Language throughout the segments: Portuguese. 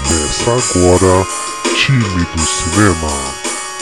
Começa agora, Time do Cinema.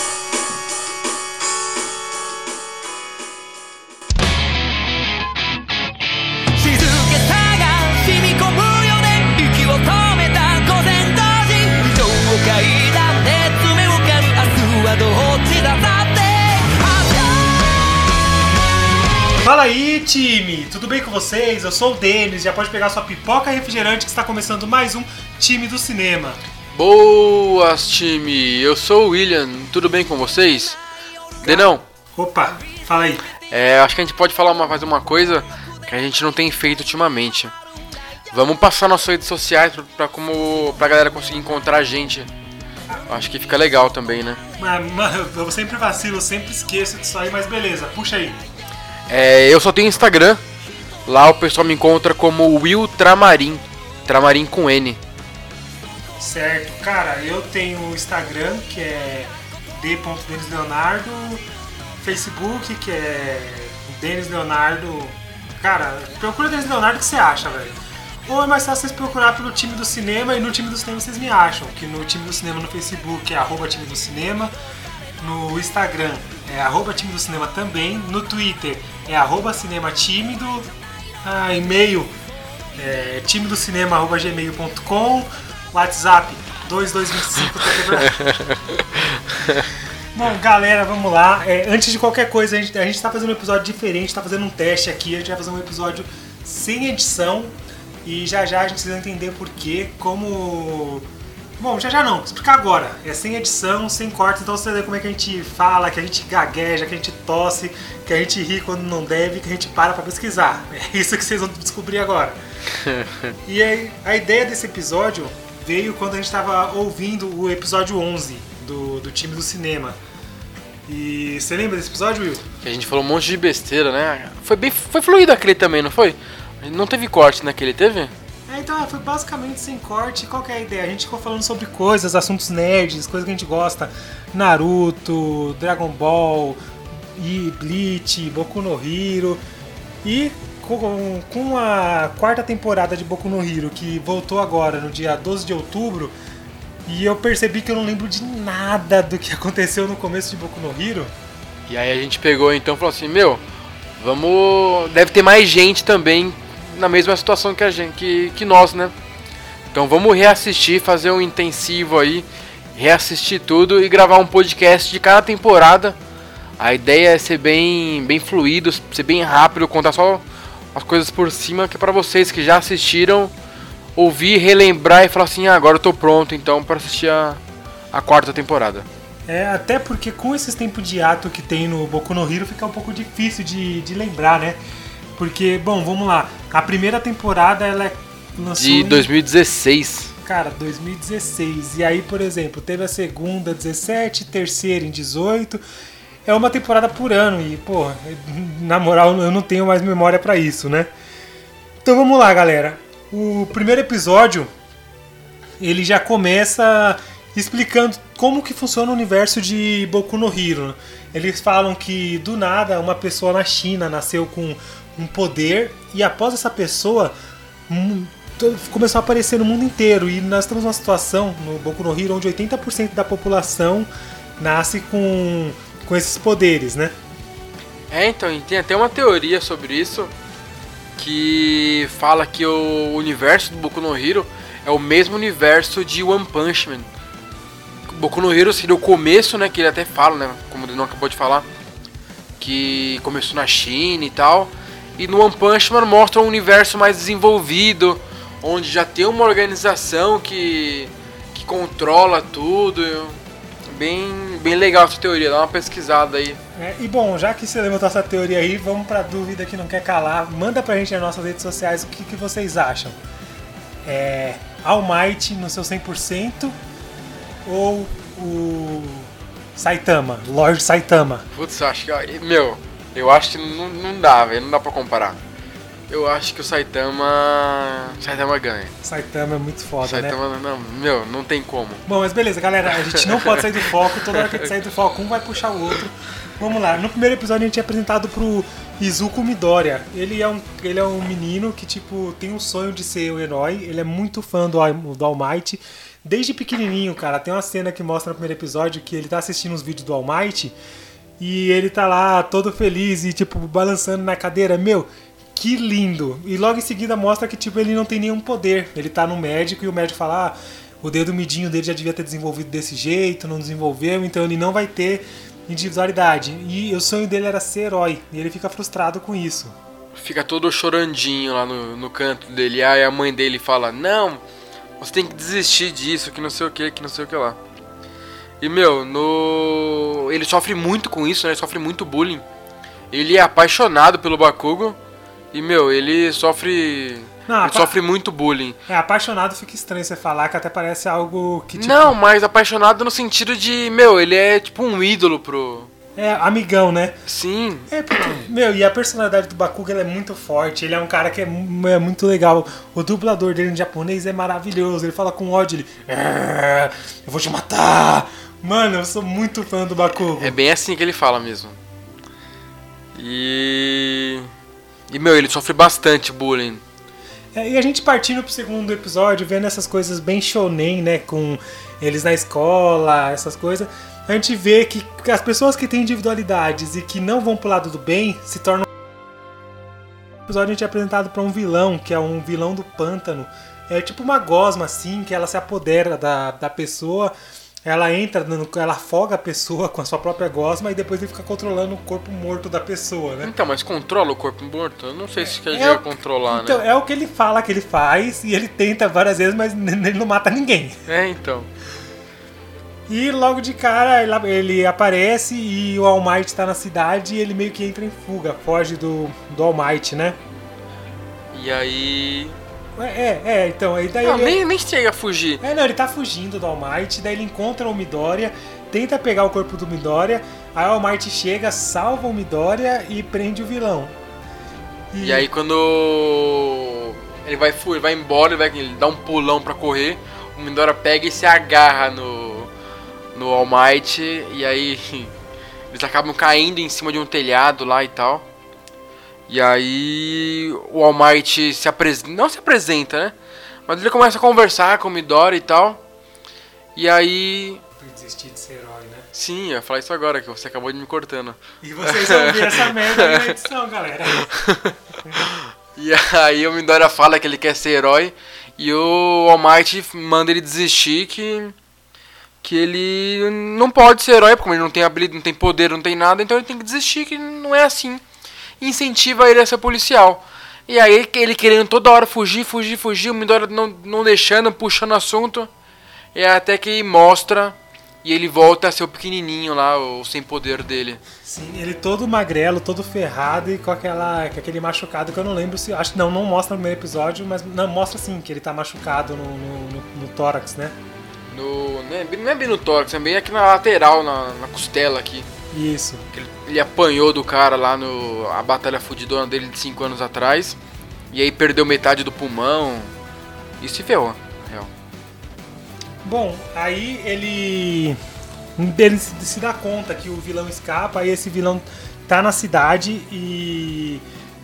Fala aí, time! Tudo bem com vocês? Eu sou o Denis, já pode pegar sua pipoca e refrigerante que está começando mais um Time do Cinema. Boas, time! Eu sou o William, tudo bem com vocês? Denão? Opa, fala aí. Acho que a gente pode fazer uma coisa que a gente não tem feito ultimamente. Vamos passar nossas redes sociais pra galera conseguir encontrar a gente. Acho que fica legal também, né? Eu sempre vacilo, eu sempre esqueço disso aí, mas beleza, puxa aí. Eu só tenho Instagram. Lá o pessoal me encontra como Will Tramarim. Tramarim com N. Certo, cara, eu tenho o Instagram, que é d.denisleonardo, Facebook, que é Denis Leonardo. Cara, procura Denis Leonardo que você acha, velho. Ou é mais fácil vocês procurar pelo Time do Cinema, e no Time do Cinema vocês me acham. Que no Time do Cinema no Facebook é @Time do Cinema. No Instagram é @Time do Cinema também. No Twitter é @cinematímido. E-mail é timidocinemma@gmail.com. WhatsApp 2225. Bom, galera, vamos lá. Antes de qualquer coisa, a gente tá fazendo um episódio diferente, tá fazendo um teste aqui. A gente vai fazer um episódio sem edição. E já a gente vai entender por quê, como... Bom, já não, vou explicar agora. É sem edição, sem cortes, então você vê como é que a gente fala, que a gente gagueja, que a gente tosse, que a gente ri quando não deve, que a gente para pra pesquisar. É isso que vocês vão descobrir agora. E aí, a ideia desse episódio veio quando a gente tava ouvindo o episódio 11 do Time do Cinema. E você lembra desse episódio, Will? Que a gente falou um monte de besteira, né? Foi fluido aquele também, não foi? Não teve corte naquele, teve? Então, foi basicamente sem corte. Qual que é a ideia? A gente ficou falando sobre coisas, assuntos nerds, coisas que a gente gosta. Naruto, Dragon Ball, e Bleach, Boku no Hero. E com a quarta temporada de Boku no Hero, que voltou agora no dia 12 de outubro, e eu percebi que eu não lembro de nada do que aconteceu no começo de Boku no Hero. E aí a gente pegou então e falou assim, deve ter mais gente também na mesma situação que nós, né? Então vamos reassistir, fazer um intensivo aí, reassistir tudo e gravar um podcast de cada temporada. A ideia é ser bem fluido, ser bem rápido, contar só as coisas por cima, que é pra vocês que já assistiram, ouvir, relembrar e falar assim, agora eu tô pronto então para assistir a quarta temporada. Até porque com esses tempos de ato que tem no Boku no Hero fica um pouco difícil de lembrar, né? Porque, bom, vamos lá. A primeira temporada ela lançou de 2016. Cara, 2016. E aí, por exemplo, teve a segunda 17, terceira em 18. É uma temporada por ano e, pô, na moral eu não tenho mais memória pra isso, né? Então vamos lá, galera. O primeiro episódio ele já começa explicando como que funciona o universo de Boku no Hero. Eles falam que do nada uma pessoa na China nasceu com um poder e após essa pessoa começou a aparecer no mundo inteiro, e nós estamos numa situação no Boku no Hero onde 80% da população nasce com esses poderes, né? Então, tem até uma teoria sobre isso que fala que o universo do Boku no Hero é o mesmo universo de One Punch Man. Boku no Hero seria o começo, né, que ele até fala, né, como ele não acabou de falar, que começou na China e tal. E no One Punch Man mostra um universo mais desenvolvido, onde já tem uma organização que controla tudo. Bem legal essa teoria, dá uma pesquisada aí. E bom, já que você levantou essa teoria aí, vamos pra dúvida que não quer calar. Manda pra gente nas nossas redes sociais o que vocês acham. All Might no seu 100% ou o Saitama, Lord Saitama? Putz, eu acho que não dá, velho, não dá pra comparar. Eu acho que o Saitama ganha. Saitama é muito foda, Saitama, né? não tem como. Bom, mas beleza, galera, a gente não pode sair do foco, toda hora que a gente sair do foco, um vai puxar o outro. Vamos lá, no primeiro episódio a gente é apresentado pro Izuku Midoriya. Ele é um menino que, tipo, tem um sonho de ser o herói, ele é muito fã do All Might. Desde pequenininho, cara, tem uma cena que mostra no primeiro episódio que ele tá assistindo os vídeos do All Might e ele tá lá todo feliz e, tipo, balançando na cadeira. Meu, que lindo! E logo em seguida mostra que, tipo, ele não tem nenhum poder. Ele tá no médico e o médico fala, o dedo midinho dele já devia ter desenvolvido desse jeito, não desenvolveu, então ele não vai ter individualidade. E o sonho dele era ser herói, e ele fica frustrado com isso. Fica todo chorandinho lá no canto dele. Aí a mãe dele fala, não, você tem que desistir disso, que não sei o que lá. E, meu, ele sofre muito com isso, né? Ele sofre muito bullying. Ele é apaixonado pelo Bakugo. E, meu, ele sofre muito bullying. Apaixonado fica estranho você falar, que até parece algo que, tipo... Não, mas apaixonado no sentido de, meu, ele é tipo um ídolo pro... amigão, né? Sim. Porque, meu, e a personalidade do Bakugo, ela é muito forte. Ele é um cara que é muito legal. O dublador dele em japonês é maravilhoso. Ele fala com ódio, ele... eu vou te matar! Mano, eu sou muito fã do Bakugo. É bem assim que ele fala mesmo. E, meu, ele sofre bastante bullying. E a gente partindo pro segundo episódio, vendo essas coisas bem shonen, né? Com eles na escola, essas coisas. A gente vê que as pessoas que têm individualidades e que não vão pro lado do bem se tornam... No episódio a gente é apresentado pra um vilão, que é um vilão do pântano. É tipo uma gosma, assim, que ela se apodera da pessoa... Ela ela afoga a pessoa com a sua própria gosma e depois ele fica controlando o corpo morto da pessoa, né? Então, mas controla o corpo morto? Eu não sei se quer dizer controlar, então, né? É o que ele fala que ele faz e ele tenta várias vezes, mas ele não mata ninguém. Então. E logo de cara ele aparece e o All Might tá na cidade e ele meio que entra em fuga, foge do All Might, né? E aí... então, aí daí não, nem chega a fugir. Não, ele tá fugindo do All Might, daí ele encontra o Midoriya, tenta pegar o corpo do Midoriya, aí o All Might chega, salva o Midoriya e prende o vilão. E aí quando ele vai embora, ele dá um pulão pra correr, o Midoriya pega e se agarra no All Might, e aí eles acabam caindo em cima de um telhado lá e tal. E aí o All Might não se apresenta, né? Mas ele começa a conversar com o Midoriya e tal. E aí... Pra desistir de ser herói, né? Sim, eu ia falar isso agora, que você acabou de me cortando. E vocês vão ver essa merda na edição, galera. E aí o Midoriya fala que ele quer ser herói. E o All Might manda ele desistir, que ele não pode ser herói, porque ele não tem habilidade, não tem poder, não tem nada. Então ele tem que desistir, que não é assim. Incentiva ele a ser policial. E aí ele querendo toda hora fugir, o Midoriya não deixando, puxando assunto. E até que mostra e ele volta a ser o pequenininho lá, o sem poder dele. Sim, ele todo magrelo, todo ferrado e com aquele machucado que eu não lembro se... Acho que não mostra no primeiro episódio, mas não mostra sim que ele tá machucado no tórax, né? Não é bem no tórax, é bem aqui na lateral, na costela aqui. Isso. Ele apanhou do cara lá a batalha fudidona dele de 5 anos atrás. E aí perdeu metade do pulmão. E se ferrou, na real. Bom, aí ele se dá conta que o vilão escapa. Aí esse vilão tá na cidade e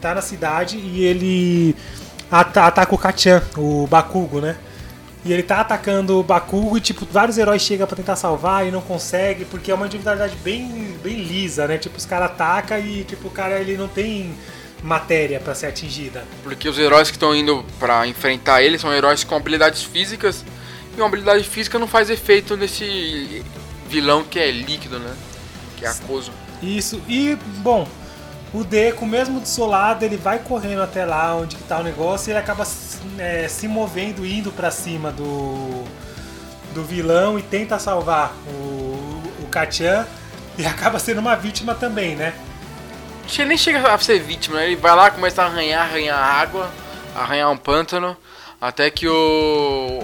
ele ataca o Kacchan, o Bakugo, né? E ele tá atacando o Bakugo e, tipo, vários heróis chegam pra tentar salvar e não consegue, porque é uma individualidade bem lisa, né? Tipo, os caras atacam e, tipo, o cara, ele não tem matéria pra ser atingida. Porque os heróis que estão indo pra enfrentar ele são heróis com habilidades físicas, e uma habilidade física não faz efeito nesse vilão que é líquido, né? Que é aquoso. Isso, e, bom... O Deku, mesmo desolado, ele vai correndo até lá onde tá o negócio e ele acaba se movendo, indo pra cima do vilão e tenta salvar o Kacchan e acaba sendo uma vítima também, né? Ele nem chega a ser vítima, né? Ele vai lá, começa a arranhar água, arranhar um pântano, até que o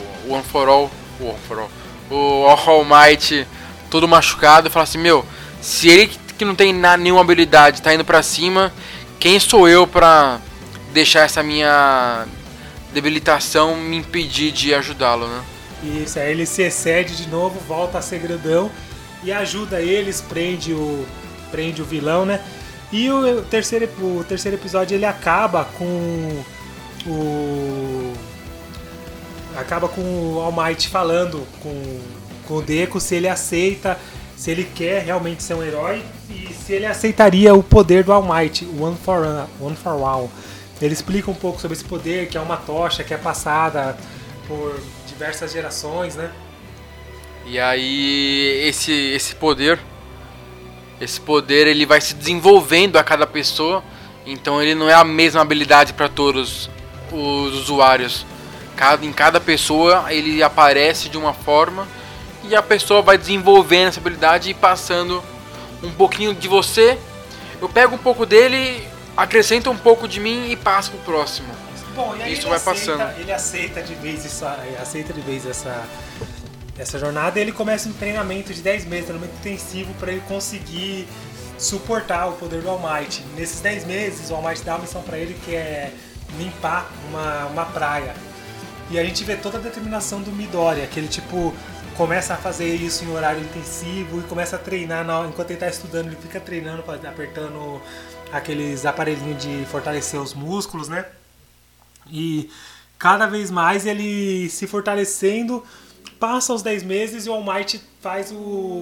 All Might, todo machucado, fala assim, meu, se ele que não tem nenhuma habilidade tá indo pra cima, quem sou eu pra deixar essa minha debilitação me impedir de ajudá-lo, né? Isso, aí ele se excede de novo, volta a ser grandão e ajuda eles, prende o vilão, né? E o terceiro episódio ele acaba com o All Might falando com o Deku se ele aceita, se ele quer realmente ser um herói e se ele aceitaria o poder do All Might, o One for All. Ele explica um pouco sobre esse poder, que é uma tocha que é passada por diversas gerações, né? E aí esse poder ele vai se desenvolvendo a cada pessoa, então ele não é a mesma habilidade para todos os usuários. Em cada pessoa ele aparece de uma forma e a pessoa vai desenvolvendo essa habilidade e passando um pouquinho de você. Eu pego um pouco dele, acrescento um pouco de mim e passo pro próximo. Bom, e aí isso vai passando. Ele aceita de vez essa jornada e ele começa um treinamento de 10 meses, treinamento intensivo para ele conseguir suportar o poder do All Might. Nesses 10 meses, o All Might dá uma missão para ele que é limpar uma praia. E a gente vê toda a determinação do Midoriya, que ele tipo começa a fazer isso em horário intensivo e começa a treinar, enquanto ele está estudando, ele fica treinando, apertando aqueles aparelhinhos de fortalecer os músculos, né? E cada vez mais ele se fortalecendo, passa os 10 meses e o All Might faz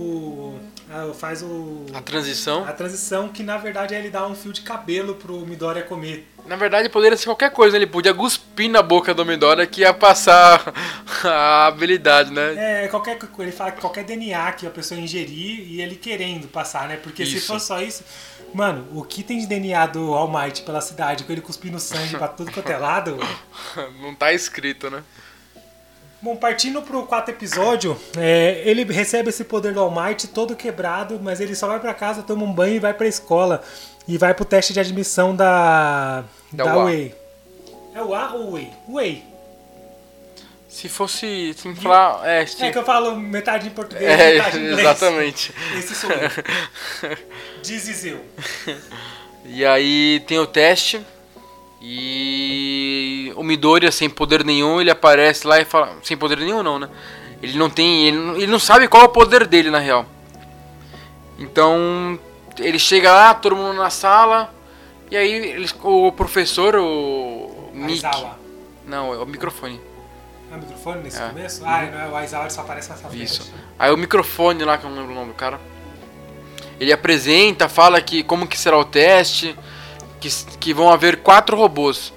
a transição, que na verdade é ele dá um fio de cabelo pro Midoriya comer. Na verdade poderia ser qualquer coisa, ele podia cuspir na boca do Midoriya que ia passar a habilidade, né? Ele fala que qualquer DNA que a pessoa ingerir e ele querendo passar, né? Porque se for só isso, mano, o que tem de DNA do All Might pela cidade, com ele cuspindo sangue pra tudo quanto é lado? Não tá escrito, né? Bom, partindo pro 4º episódio, ele recebe esse poder do All Might todo quebrado, mas ele só vai pra casa, toma um banho e vai pra escola. E vai pro teste de admissão da Way. É o A ou o Way? Way. Se fosse falar... É que eu falo metade em português e metade em inglês. Exatamente. Esse sou eu. Dizes eu. E aí tem o teste... E o Midoriya sem poder nenhum, ele aparece lá e fala... Sem poder nenhum não, né? Ele não sabe qual é o poder dele na real. Então ele chega lá, todo mundo na sala. E aí o professor, o Mickey... Não, é o microfone. É o microfone nesse começo? Não é o Aizawa, ele só aparece nessa frente. Isso. Aí o microfone lá, que eu não lembro o nome do cara, ele apresenta, fala que como que será o teste... Que vão haver 4 robôs.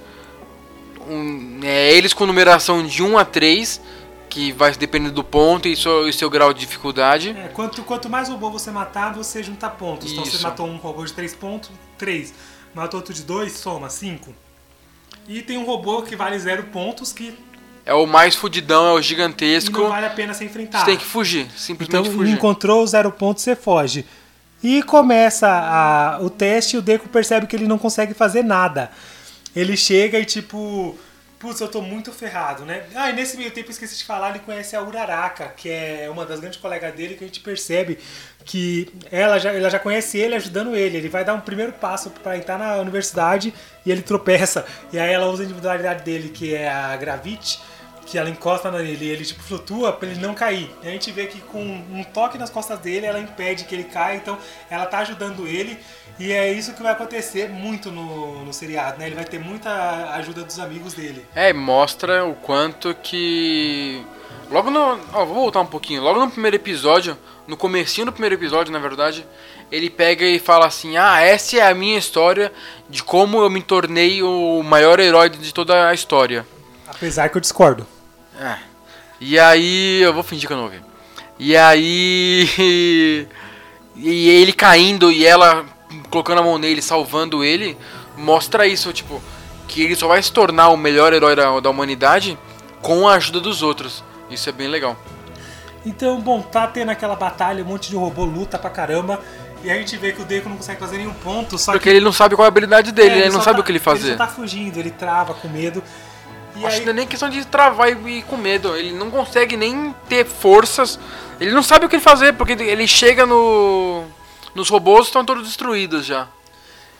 Eles com numeração de 1 a 3, que vai depender do ponto e seu grau de dificuldade. Quanto mais robô você matar, você junta pontos. Então você matou um robô de 3 pontos, 3. Matou outro de 2, soma 5. E tem um robô que vale 0 pontos, que... É o mais fudidão, é o gigantesco. E não vale a pena você enfrentar. Você tem que fugir, simplesmente então, fugir. Encontrou 0 pontos, você foge. E começa o teste e o Deku percebe que ele não consegue fazer nada. Ele chega e tipo... Putz, eu tô muito ferrado, né? E nesse meio tempo eu esqueci de falar, ele conhece a Uraraka, que é uma das grandes colegas dele, que a gente percebe que ela já conhece ele ajudando ele. Ele vai dar um primeiro passo para entrar na universidade e ele tropeça. E aí ela usa a individualidade dele, que é a Gravity, que ela encosta nele e ele tipo flutua pra ele não cair. E a gente vê que com um toque nas costas dele, ela impede que ele caia, então ela tá ajudando ele. E é isso que vai acontecer muito no seriado, né? Ele vai ter muita ajuda dos amigos dele. Mostra o quanto que... Logo no... vou voltar um pouquinho. Logo no primeiro episódio, no comecinho do primeiro episódio, na verdade, ele pega e fala assim: essa é a minha história de como eu me tornei o maior herói de toda a história. Apesar que eu discordo. E aí... Eu vou fingir que eu não ouvi. E aí... E ele caindo e ela colocando a mão nele, salvando ele, mostra isso, tipo, que ele só vai se tornar o melhor herói da humanidade com a ajuda dos outros. Isso é bem legal. Então, bom, tá tendo aquela batalha, um monte de robô luta pra caramba, e a gente vê que o Deku não consegue fazer nenhum ponto, só porque ele não sabe qual é a habilidade dele, ele não sabe o que ele fazer. Ele só tá fugindo, ele trava com medo. E acho que não é nem questão de travar e ir com medo, ele não consegue nem ter forças, ele não sabe o que ele fazer, porque ele chega nos robôs, estão todos destruídos já.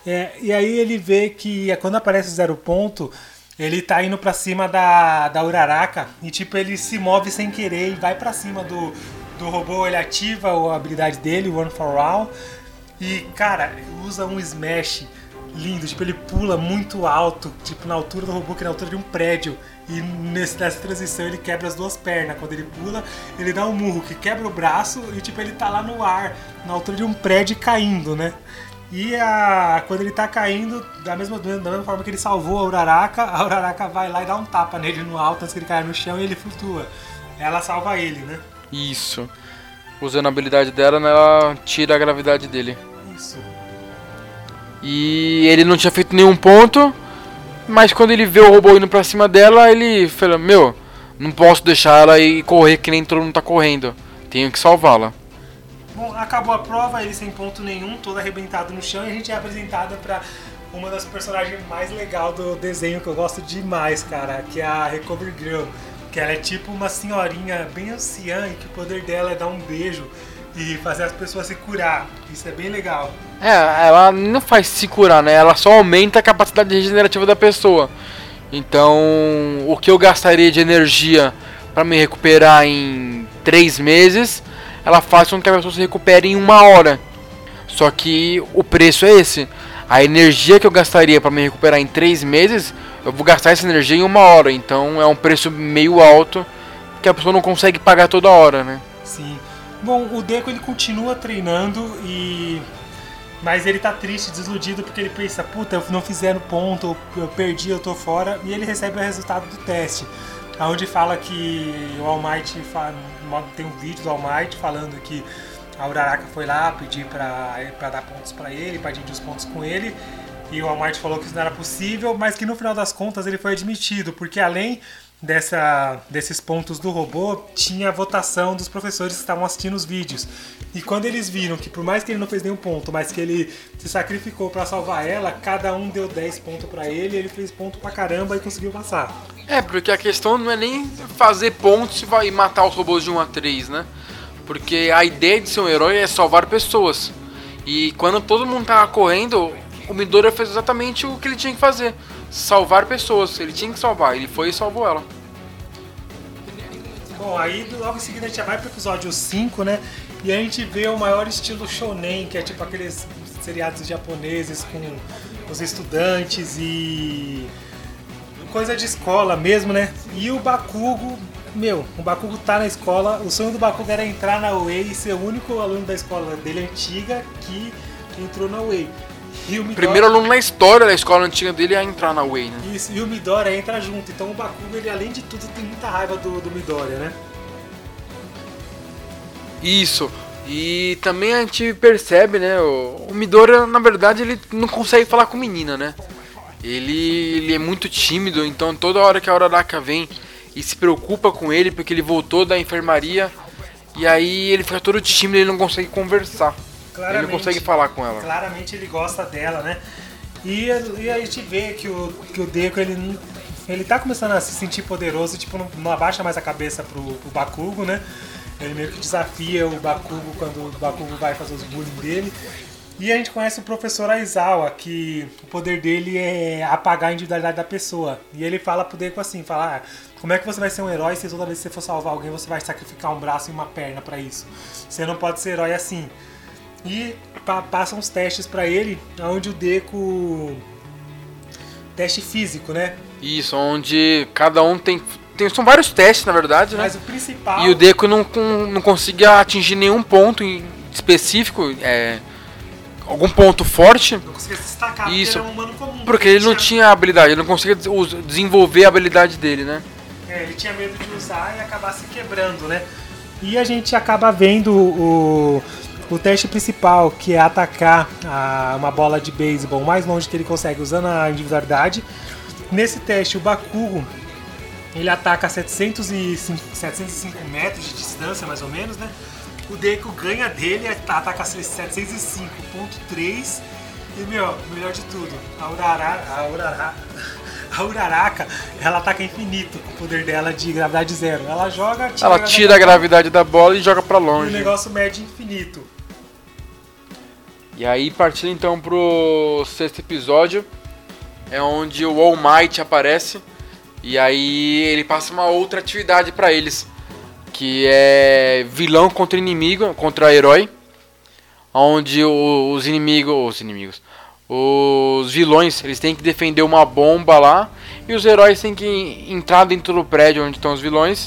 E aí ele vê que quando aparece o 0 ponto, ele tá indo pra cima da Uraraka e tipo, ele se move sem querer e vai pra cima do robô, ele ativa a habilidade dele, o One for All, e cara, usa um smash lindo, tipo, ele pula muito alto, tipo, na altura do robô, que é na altura de um prédio. E nessa transição ele quebra as duas pernas. Quando ele pula, ele dá um murro que quebra o braço e tipo, ele tá lá no ar, na altura de um prédio caindo, né? E quando ele tá caindo, da mesma forma que ele salvou a Uraraka vai lá e dá um tapa nele no alto antes que ele caia no chão e ele flutua. Ela salva ele, né? Isso. Usando a habilidade dela, né, ela tira a gravidade dele. Isso. E ele não tinha feito nenhum ponto, mas quando ele vê o robô indo pra cima dela, ele fala, meu, não posso deixar ela ir correr que nem todo mundo tá correndo. Tenho que salvá-la. Bom, acabou a prova, ele sem ponto nenhum, todo arrebentado no chão, e a gente é apresentada pra uma das personagens mais legais do desenho, que eu gosto demais, cara, que é a Recovery Girl. Que ela é tipo uma senhorinha bem anciã e que o poder dela é dar um beijo e fazer as pessoas se curar. Isso é bem legal. Ela não faz se curar, né? Ela só aumenta a capacidade regenerativa da pessoa. Então, o que eu gastaria de energia pra me recuperar em 3 meses, ela faz com que a pessoa se recupere em 1 hora. Só que o preço é esse. A energia que eu gastaria pra me recuperar em 3 meses, eu vou gastar essa energia em 1 hora. Então é um preço meio alto que a pessoa não consegue pagar toda hora, né? Sim. Bom, o Deco ele continua treinando mas ele tá triste, desiludido, porque ele pensa, puta, eu não fizeram ponto, eu perdi, eu tô fora. E ele recebe o resultado do teste, onde fala que o All Might tem um vídeo do All Might falando que a Uraraka foi lá pedir pra dar pontos pra ele, pra dividir os pontos com ele. E o All Might falou que isso não era possível, mas que no final das contas ele foi admitido, porque além desses pontos do robô, tinha a votação dos professores que estavam assistindo os vídeos. E quando eles viram que por mais que ele não fez nenhum ponto, mas que ele se sacrificou pra salvar ela, cada um deu 10 pontos pra ele, ele fez ponto pra caramba e conseguiu passar. Porque a questão não é nem fazer pontos e matar os robôs de 1 a 3, né? Porque a ideia de ser um herói é salvar pessoas. E quando todo mundo tava correndo, o Midoriya fez exatamente o que ele tinha que fazer. Salvar pessoas. Ele tinha que salvar. Ele foi e salvou ela. Bom, aí logo em seguida a gente já vai pro episódio 5, né? E a gente vê o maior estilo shonen, que é tipo aqueles seriados japoneses com os estudantes e coisa de escola mesmo, né? E o Bakugo, o Bakugo tá na escola. O sonho do Bakugo era entrar na UA e ser o único aluno da escola dele antiga que entrou na UA. Primeiro aluno na história da escola antiga dele a entrar na UA, né? Isso, e o Midoriya entra junto. Então o Bakugo, ele além de tudo, tem muita raiva do Midoriya, né? Isso. E também a gente percebe, né? O Midoriya, na verdade, ele não consegue falar com menina, né? Ele é muito tímido, então toda hora que a Uraraka vem e se preocupa com ele, porque ele voltou da enfermaria, e aí ele fica todo tímido, ele não consegue conversar. Ele não consegue falar com ela. Claramente ele gosta dela, né? E a gente vê que o Deco, ele tá começando a se sentir poderoso, tipo, não abaixa mais a cabeça pro Bakugo, né? Ele meio que desafia o Bakugo quando o Bakugo vai fazer os bullying dele. E a gente conhece o professor Aizawa, que o poder dele é apagar a individualidade da pessoa. E ele fala pro Deco assim, como é que você vai ser um herói se toda vez que você for salvar alguém, você vai sacrificar um braço e uma perna pra isso? Você não pode ser herói assim. E passam uns testes pra ele, onde o Deco... Teste físico, né? Isso, onde cada um tem... São vários testes, na verdade, né? Mas o principal... E o Deco não conseguia atingir nenhum ponto específico, algum ponto forte. Não conseguia se destacar, isso, porque ele era um humano comum. Porque ele não tinha habilidade, ele não conseguia desenvolver a habilidade dele, né? Ele tinha medo de usar e acabar se quebrando, né? E a gente acaba vendo o teste principal, que é atacar uma bola de beisebol o mais longe que ele consegue, usando a individualidade. Nesse teste, o Bakugo, ele ataca a 705 metros de distância, mais ou menos, né? O Deco ganha dele, ataca a 705.3. E, melhor de tudo, a Uraraka, ela ataca infinito com o poder dela de gravidade zero. Ela tira a gravidade da bola e joga pra longe. E o negócio mede infinito. E aí, partindo então pro 6º episódio, é onde o All Might aparece. E aí ele passa uma outra atividade pra eles, que é vilão contra inimigo, contra herói. Onde os vilões, eles têm que defender uma bomba lá. E os heróis têm que entrar dentro do prédio onde estão os vilões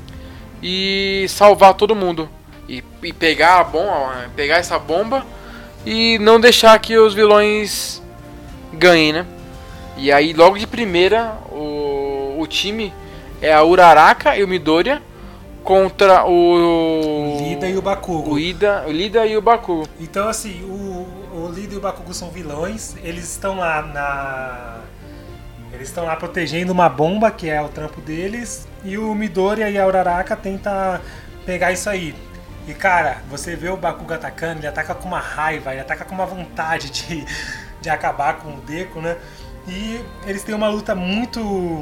e salvar todo mundo. E pegar a bomba, pegar essa bomba e não deixar que os vilões ganhem, né? E aí logo de primeira o time é a Uraraka e o Midoriya contra o Lida e o Bakugo. O Lida e o Bakugo. Então assim, o Lida e o Bakugo são vilões, eles estão lá protegendo uma bomba, que é o trampo deles, e o Midoriya e a Uraraka tentam pegar isso aí. E cara, você vê o Bakugo atacando, ele ataca com uma raiva, ele ataca com uma vontade de acabar com o Deku, né? E eles têm uma luta muito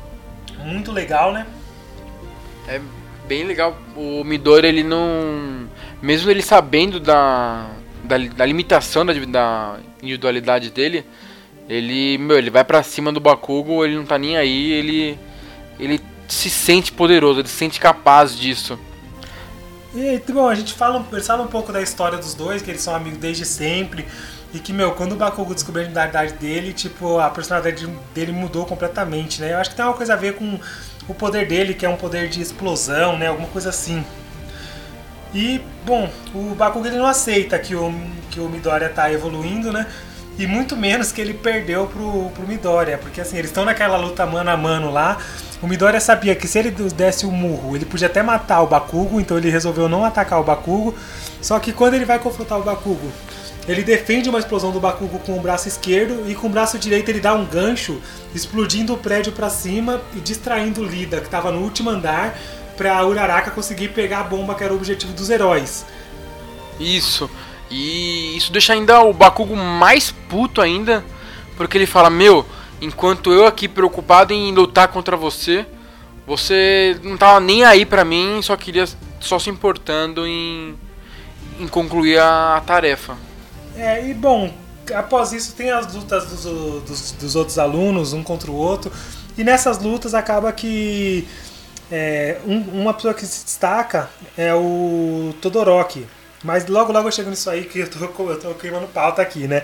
legal, né? É bem legal. O Midoriya, ele não... Mesmo ele sabendo da limitação da individualidade dele, ele vai pra cima do Bakugo, ele não tá nem aí, ele se sente poderoso, ele se sente capaz disso. E, bom, eles falam um pouco da história dos dois, que eles são amigos desde sempre. E que, quando o Bakugo descobriu a individualidade dele, tipo, a personalidade dele mudou completamente, né? Eu acho que tem uma coisa a ver com o poder dele, que é um poder de explosão, né? Alguma coisa assim. E, bom, o Bakugo ele não aceita que o Midoriya tá evoluindo, né? E muito menos que ele perdeu pro Midoriya, porque assim, eles estão naquela luta mano a mano lá. O Midoriya sabia que se ele desse o murro, ele podia até matar o Bakugo, então ele resolveu não atacar o Bakugo. Só que quando ele vai confrontar o Bakugo, ele defende uma explosão do Bakugo com o braço esquerdo e com o braço direito ele dá um gancho, explodindo o prédio pra cima e distraindo o Lida, que estava no último andar, pra Uraraka conseguir pegar a bomba que era o objetivo dos heróis. Isso. E isso deixa ainda o Bakugo mais puto ainda, porque ele fala, enquanto eu aqui preocupado em lutar contra você, você não tava nem aí pra mim, só se importando em concluir a tarefa. E bom, após isso tem as lutas dos outros alunos, um contra o outro, e nessas lutas acaba que uma pessoa que se destaca é o Todoroki. Mas logo eu chego nisso aí, que eu tô queimando pauta aqui, né?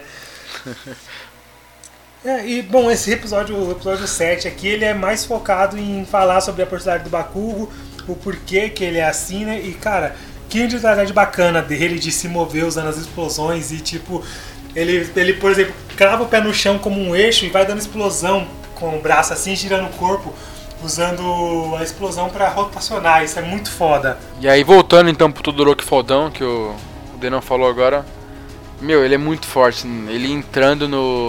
E bom, esse episódio, o episódio 7 aqui, ele é mais focado em falar sobre a personalidade do Bakugo, o porquê que ele é assim, né? E cara, que individualidade bacana dele de se mover usando as explosões e tipo, ele por exemplo, crava o pé no chão como um eixo e vai dando explosão com o braço assim, girando o corpo, usando a explosão pra rotacionar. Isso é muito foda. E aí voltando então pro Todoroki fodão, que o Denon falou agora, ele é muito forte, ele entrando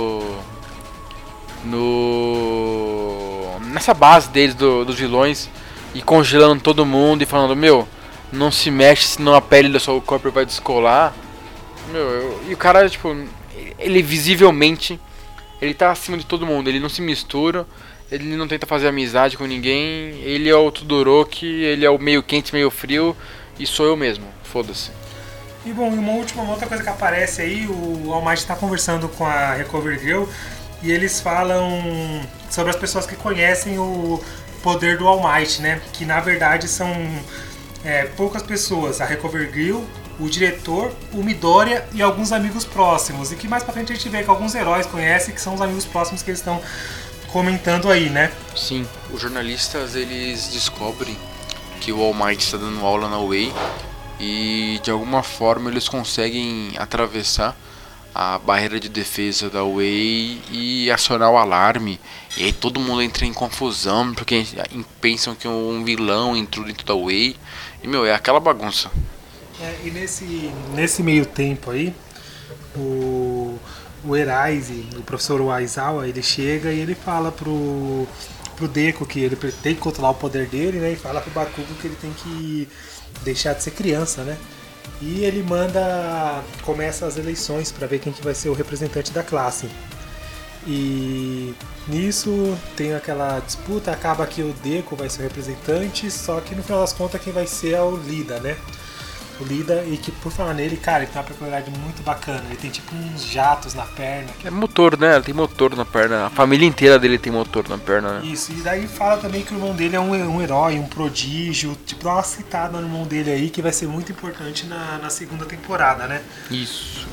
nessa base deles dos vilões e congelando todo mundo e falando, não se mexe, senão a pele do seu corpo vai descolar. E o cara, tipo, ele visivelmente, ele tá acima de todo mundo, ele não se mistura, ele não tenta fazer amizade com ninguém, ele é o Todoroki, ele é o meio quente, meio frio, e sou eu mesmo, foda-se. E bom, uma outra coisa que aparece aí, o All Might tá conversando com a Recover Girl, e eles falam sobre as pessoas que conhecem o poder do All Might, né? Que na verdade são poucas pessoas, a Recover Girl, o diretor, o Midoriya e alguns amigos próximos. E que mais pra frente a gente vê que alguns heróis conhecem, que são os amigos próximos que eles estão comentando aí, né? Sim, os jornalistas eles descobrem que o All Might está dando aula na Way e de alguma forma eles conseguem atravessar a barreira de defesa da Way e acionar o alarme. E aí todo mundo entra em confusão porque pensam que um vilão entrou dentro da Way. E é aquela bagunça. E nesse meio tempo aí, o Eraise, o professor Aizawa, ele chega e ele fala pro Deku que ele tem que controlar o poder dele, né? E fala pro Bakugo que ele tem que deixar de ser criança, né? E ele começa as eleições para ver quem que vai ser o representante da classe. E nisso tem aquela disputa, acaba que o Deku vai ser o representante, só que no final das contas quem vai ser é o Lida, né? o Lida, e que por falar nele, cara, ele tem uma peculiaridade muito bacana. Ele tem tipo uns jatos na perna. É motor, né? Ele tem motor na perna. A família inteira dele tem motor na perna, né? Isso, e daí fala também que o irmão dele é um herói, um prodígio. Tipo, dá uma citada no irmão dele aí que vai ser muito importante na segunda temporada, né? Isso.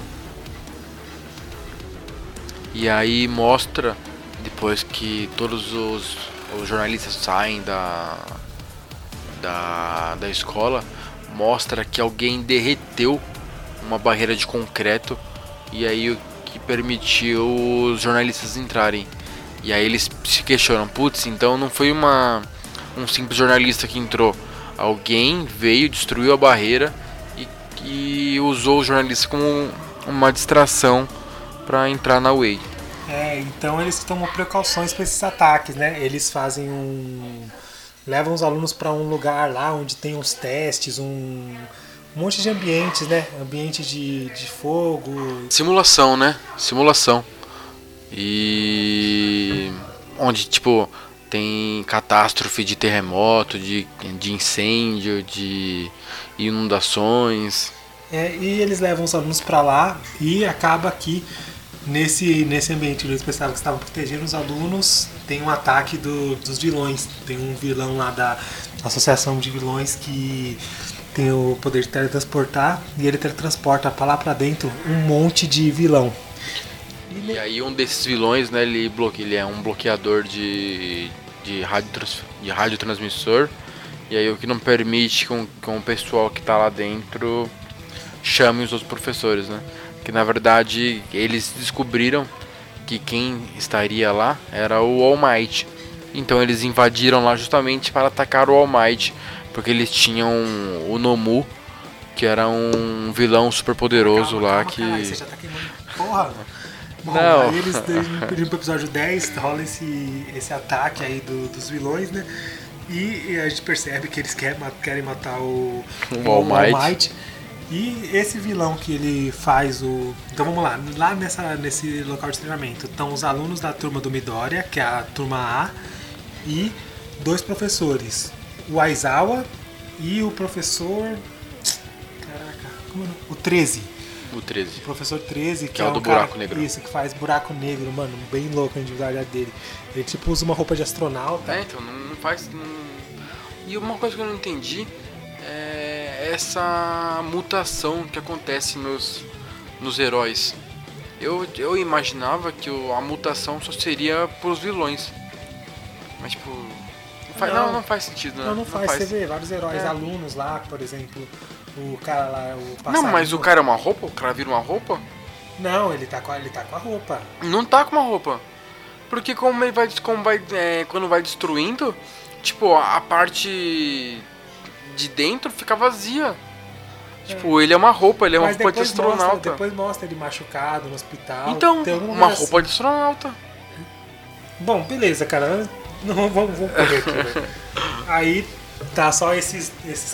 E aí mostra, depois que todos os jornalistas saem da escola, mostra que alguém derreteu uma barreira de concreto e aí o que permitiu os jornalistas entrarem. E aí eles se questionam, putz, então não foi um simples jornalista que entrou. Alguém veio, destruiu a barreira e usou os jornalistas como uma distração para entrar na Way. Então eles tomam precauções para esses ataques, né? Eles fazem levam os alunos para um lugar lá onde tem uns testes, um monte de ambientes, né? Ambiente de fogo. Simulação, né? Simulação. E onde, tipo, tem catástrofe de terremoto, de incêndio, de inundações. E eles levam os alunos para lá e acaba que nesse ambiente eles pensavam que estavam protegendo os alunos, tem um ataque dos vilões. Tem um vilão lá da associação de vilões que tem o poder de teletransportar e ele teletransporta para lá para dentro um monte de vilão. E aí um desses vilões, né, ele é um bloqueador de radiotransmissor. E aí o que não permite com o pessoal que tá lá dentro chame os outros professores, né? Que na verdade eles descobriram que quem estaria lá era o All Might. Então eles invadiram lá justamente para atacar o All Might, porque eles tinham o Nomu, que era um vilão super poderoso lá. Caralho, você já tá queimando. Porra! Bom, Não. Aí eles pediram pro episódio 10, rola esse ataque aí dos vilões, né? E a gente percebe que eles querem matar o All Might. E esse vilão que ele faz Então vamos lá, nesse local de treinamento estão os alunos da turma do Midoriya, que é a turma A, e 2 professores, o Aizawa e o professor... Caraca, como é o nome? O 13. O 13. O professor 13, Que é o do cara, buraco negro. Isso, que faz buraco negro, mano, bem louco a individualidade dele. Ele tipo usa uma roupa de astronauta. Então, não faz... E uma coisa que eu não entendi é essa mutação que acontece nos heróis. Eu imaginava que a mutação só seria pros vilões. Mas tipo... Não faz sentido, né? Não faz. Você vê vários heróis, alunos lá, por exemplo, o cara lá, o Não, mas o cara é uma roupa? O cara vira uma roupa? Não, ele tá com a roupa. Não tá com uma roupa. Porque quando vai destruindo, tipo, a parte de dentro fica vazia. Tipo, ele é uma roupa, ele é uma roupa de astronauta. Depois mostra ele machucado no hospital. Então, uma roupa de astronauta. Bom, beleza, cara. Não, vamos correr aqui, né? Aí tá só esses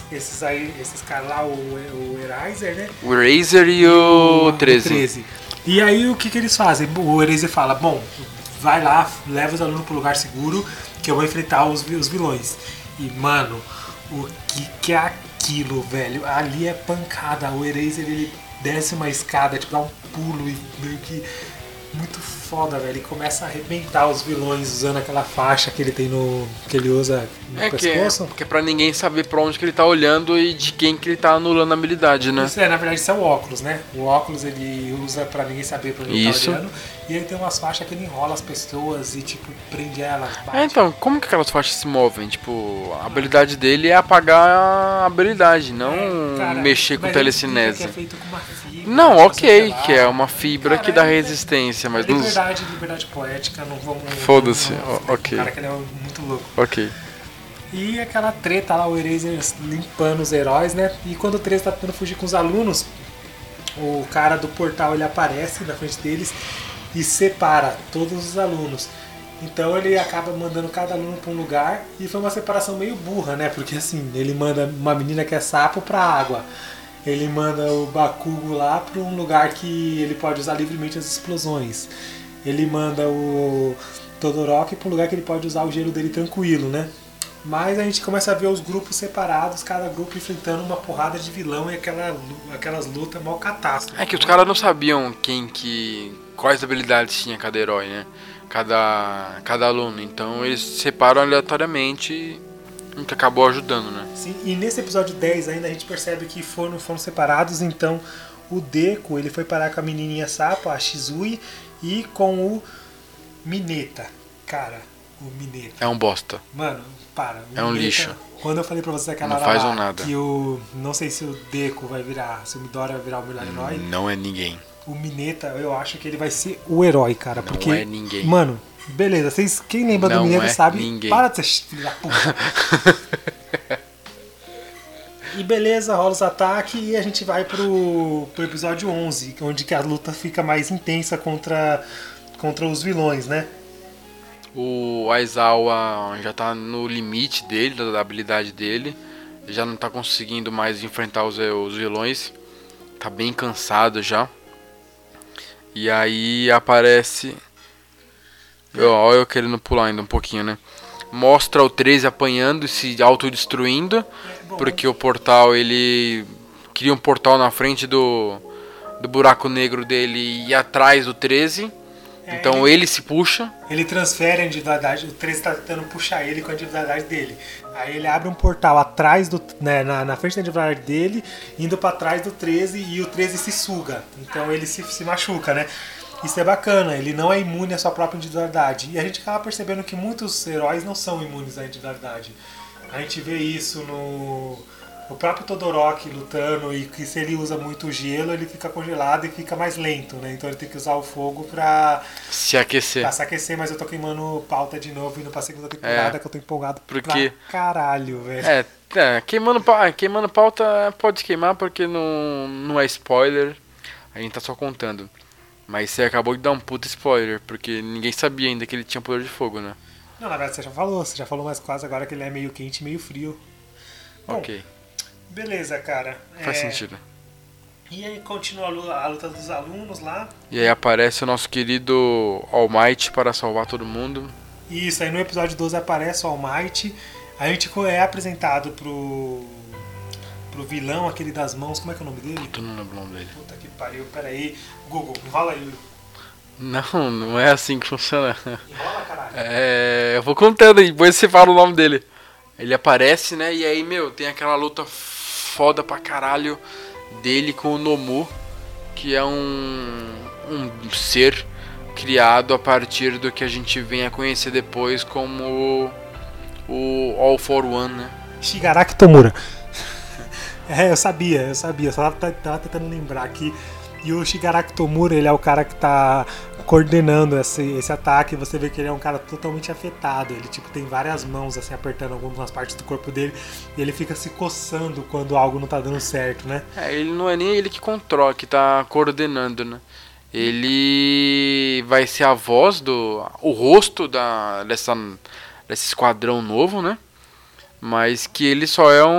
caras lá, o Eraser, né? O Eraser e o 13. E aí o que eles fazem? O Eraser fala, bom, vai lá, leva os alunos pro lugar seguro que eu vou enfrentar os vilões. E, mano, o que é aquilo, velho? Ali é pancada. O Eraser, ele desce uma escada, tipo, dá um pulo e meio que... Muito foda, velho. Ele começa a arrebentar os vilões usando aquela faixa que ele tem que ele usa no pescoço. Porque é pra ninguém saber pra onde que ele tá olhando e de quem que ele tá anulando a habilidade, né? Isso na verdade, isso é o óculos, né? O óculos ele usa pra ninguém saber pra onde ele tá olhando. E ele tem umas faixas que ele enrola as pessoas e, tipo, prende elas. Então, como que aquelas faixas se movem? Tipo, a habilidade dele é apagar a habilidade, não mexer com telecinese. Que é feito com uma fibra. Não, ok, que é uma fibra que dá resistência, mas liberdade poética, não vamos... Foda-se, ok. Cara, que ele é muito louco. Ok. E aquela treta lá, o Eraser limpando os heróis, né? E quando o 13 tá tentando fugir com os alunos, o cara do portal, ele aparece na frente deles e separa todos os alunos. Então ele acaba mandando cada aluno para um lugar e foi uma separação meio burra, né? Porque assim, ele manda uma menina que é sapo pra água. Ele manda o Bakugo lá para um lugar que ele pode usar livremente as explosões. Ele manda o Todoroki para um lugar que ele pode usar o gelo dele tranquilo, né? Mas a gente começa a ver os grupos separados, cada grupo enfrentando uma porrada de vilão e aquelas lutas mal catástrofe. É que os caras não sabiam quais habilidades tinha cada herói, né? Cada aluno. Então eles separam aleatoriamente e o que acabou ajudando, né? Sim, e nesse episódio 10 ainda a gente percebe que foram separados, então o Deku ele foi parar com a menininha sapo, a Shizui, e com o Mineta. Cara, o Mineta. É um bosta. Mano, para. É um lixo. Quando eu falei pra você aquela não hora faz lá, nada. que não sei se o Deku vai virar, se o Midori vai virar o melhor herói. Não é ninguém. O Mineta, eu acho que ele vai ser o herói, cara. Não porque, é ninguém. Mano, beleza, quem lembra do Mineta sabe. Ninguém. Para de ser filho da puta. E beleza, rola os ataques e a gente vai pro episódio 11, onde que a luta fica mais intensa contra os vilões, né? O Aizawa já tá no limite dele, da habilidade dele. Já não tá conseguindo mais enfrentar os vilões. Tá bem cansado já. E aí aparece... Olha eu querendo pular ainda um pouquinho, né? Mostra o 13 apanhando e se autodestruindo. Porque o portal, ele... Cria um portal na frente do buraco negro dele e atrás do 13. Então ele se puxa. Ele transfere a individualidade, o 13 tá tentando puxar ele com a individualidade dele. Aí ele abre um portal atrás na frente da individualidade dele, indo pra trás do 13 e o 13 se suga. Então ele se machuca, né? Isso é bacana, ele não é imune à sua própria individualidade. E a gente acaba percebendo que muitos heróis não são imunes à individualidade. A gente vê isso o próprio Todoroki lutando, e que se ele usa muito gelo, ele fica congelado e fica mais lento, né? Então ele tem que usar o fogo pra se aquecer. Mas eu tô queimando pauta de novo, indo pra segunda temporada, que eu tô empolgado pra caralho, velho. Queimando pauta pode queimar porque não é spoiler, a gente tá só contando. Mas você acabou de dar um puta spoiler, porque ninguém sabia ainda que ele tinha poder de fogo, né? Não, na verdade você já falou mais quase agora que ele é meio quente e meio frio. Bom, ok. Beleza, cara. Faz sentido. E aí continua a luta dos alunos lá. E aí aparece o nosso querido All Might para salvar todo mundo. Isso, aí no episódio 12 aparece o All Might. A gente é apresentado pro vilão, aquele das mãos, como é que é o nome dele? Eu não lembro o nome dele. Puta que pariu, peraí. Google, enrola aí. Não é assim que funciona. Enrola, caralho. Eu vou contando aí, depois você fala o nome dele. Ele aparece, né, e aí, tem aquela luta foda pra caralho dele com o Nomu, que é um ser criado a partir do que a gente vem a conhecer depois como o All for One, né? Shigaraki Tomura. Eu sabia, só tava tentando lembrar aqui. E o Shigaraki Tomura, ele é o cara que tá coordenando esse ataque. Você vê que ele é um cara totalmente afetado. Ele tem várias mãos assim apertando algumas partes do corpo dele. E ele fica se coçando quando algo não tá dando certo, né? Ele não é nem ele que controla, que tá coordenando, né? Ele vai ser a voz o rosto desse esquadrão novo, né? Mas que ele só é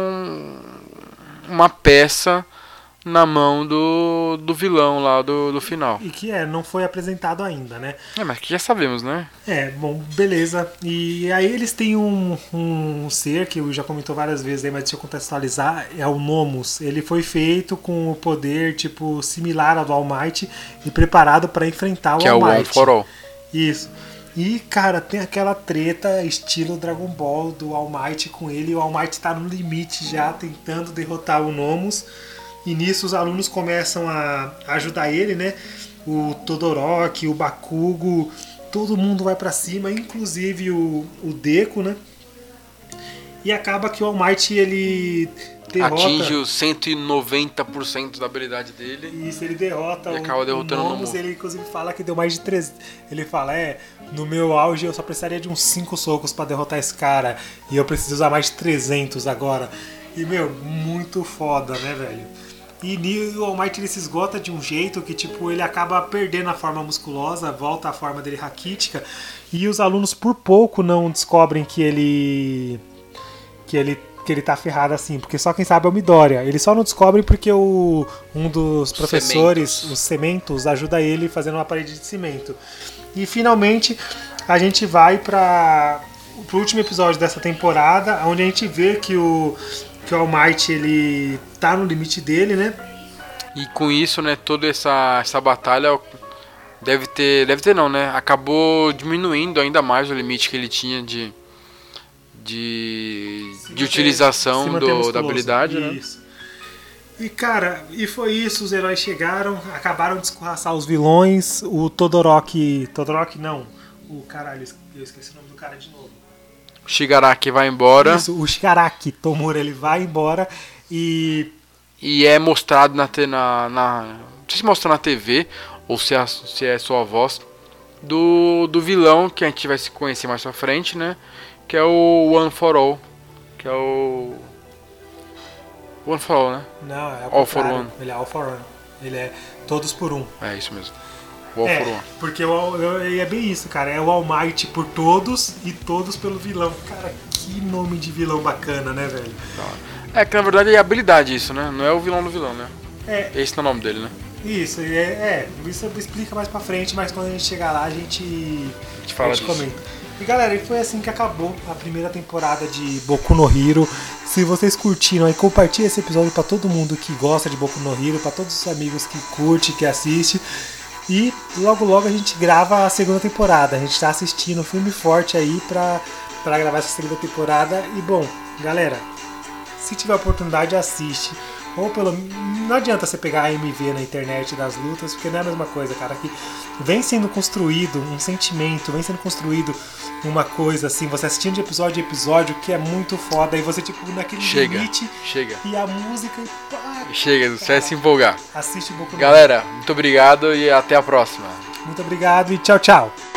uma peça na mão do vilão lá do final. E que não foi apresentado ainda, né? Mas que já sabemos, né? Bom, beleza. E aí eles têm um ser que eu já comentou várias vezes aí, mas deixa eu contextualizar, é o Nomus. Ele foi feito com o poder, similar ao do All Might e preparado para enfrentar o All Might. Que é o One for All. Isso. E, cara, tem aquela treta estilo Dragon Ball do All Might com ele. E o All Might tá no limite já, tentando derrotar o Nomus. E nisso os alunos começam a ajudar ele, né? O Todoroki, o Bakugo, todo mundo vai pra cima, inclusive o Deku, né? E acaba que o All Might, ele derrota... Atinge os 190% da habilidade dele. Isso, ele derrota acaba derrotando o Nomu. Ele inclusive fala que deu mais de 3... Ele fala, no meu auge eu só precisaria de uns 5 socos pra derrotar esse cara. E eu preciso usar mais de 300 agora. E, muito foda, né, velho? E o All Might, ele se esgota de um jeito que, ele acaba perdendo a forma musculosa, volta à forma dele raquítica, e os alunos por pouco não descobrem que ele tá ferrado assim, porque só quem sabe é o Midoriya. Eles só não descobrem porque um dos professores, os Cementos, ajuda ele fazendo uma parede de cimento. E finalmente a gente vai pra pro último episódio dessa temporada, onde a gente vê que o All Might, ele tá no limite dele, né? E com isso, né, toda essa batalha deve ter não, né? Acabou diminuindo ainda mais o limite que ele tinha de utilização da habilidade, isso, né? E cara, e foi isso, os heróis chegaram, acabaram de escorraçar os vilões, o Todoroki não, o caralho, eu esqueci o nome do cara de novo. O Shigaraki vai embora. Isso, o Shigaraki Tomura, ele vai embora e é mostrado não sei se mostra na TV ou se é só a voz do vilão que a gente vai se conhecer mais pra frente, né? Que é o One for All, que é o One for All, né? Não, é o All for One. Ele é All for One. Ele é todos por um. É isso mesmo. O All for One. Porque é bem isso, cara. É o All Might por todos e todos pelo vilão. Cara, que nome de vilão bacana, né, velho? É que na verdade é habilidade isso, né? Não é o vilão do vilão, né? Esse não é o nome dele, né? Isso, isso explica mais pra frente, mas quando a gente chegar lá a gente fala disso. Comenta. E galera, e foi assim que acabou a primeira temporada de Boku no Hero. Se vocês curtiram, aí compartilha esse episódio pra todo mundo que gosta de Boku no Hero, pra todos os amigos que curte, que assiste. E logo logo a gente grava a segunda temporada. A gente tá assistindo um filme forte aí pra gravar essa segunda temporada. E bom, galera, se tiver oportunidade, assiste. Ou não adianta você pegar a AMV na internet das lutas, porque não é a mesma coisa, cara. Que vem sendo construído um sentimento, vem sendo construído uma coisa assim, você assistindo de episódio em episódio, que é muito foda. E você, tipo, naquele limite. Chega. E a música. Pá, chega, você vai se empolgar. Assiste um pouco. Galera, muito obrigado e até a próxima. Muito obrigado e tchau, tchau.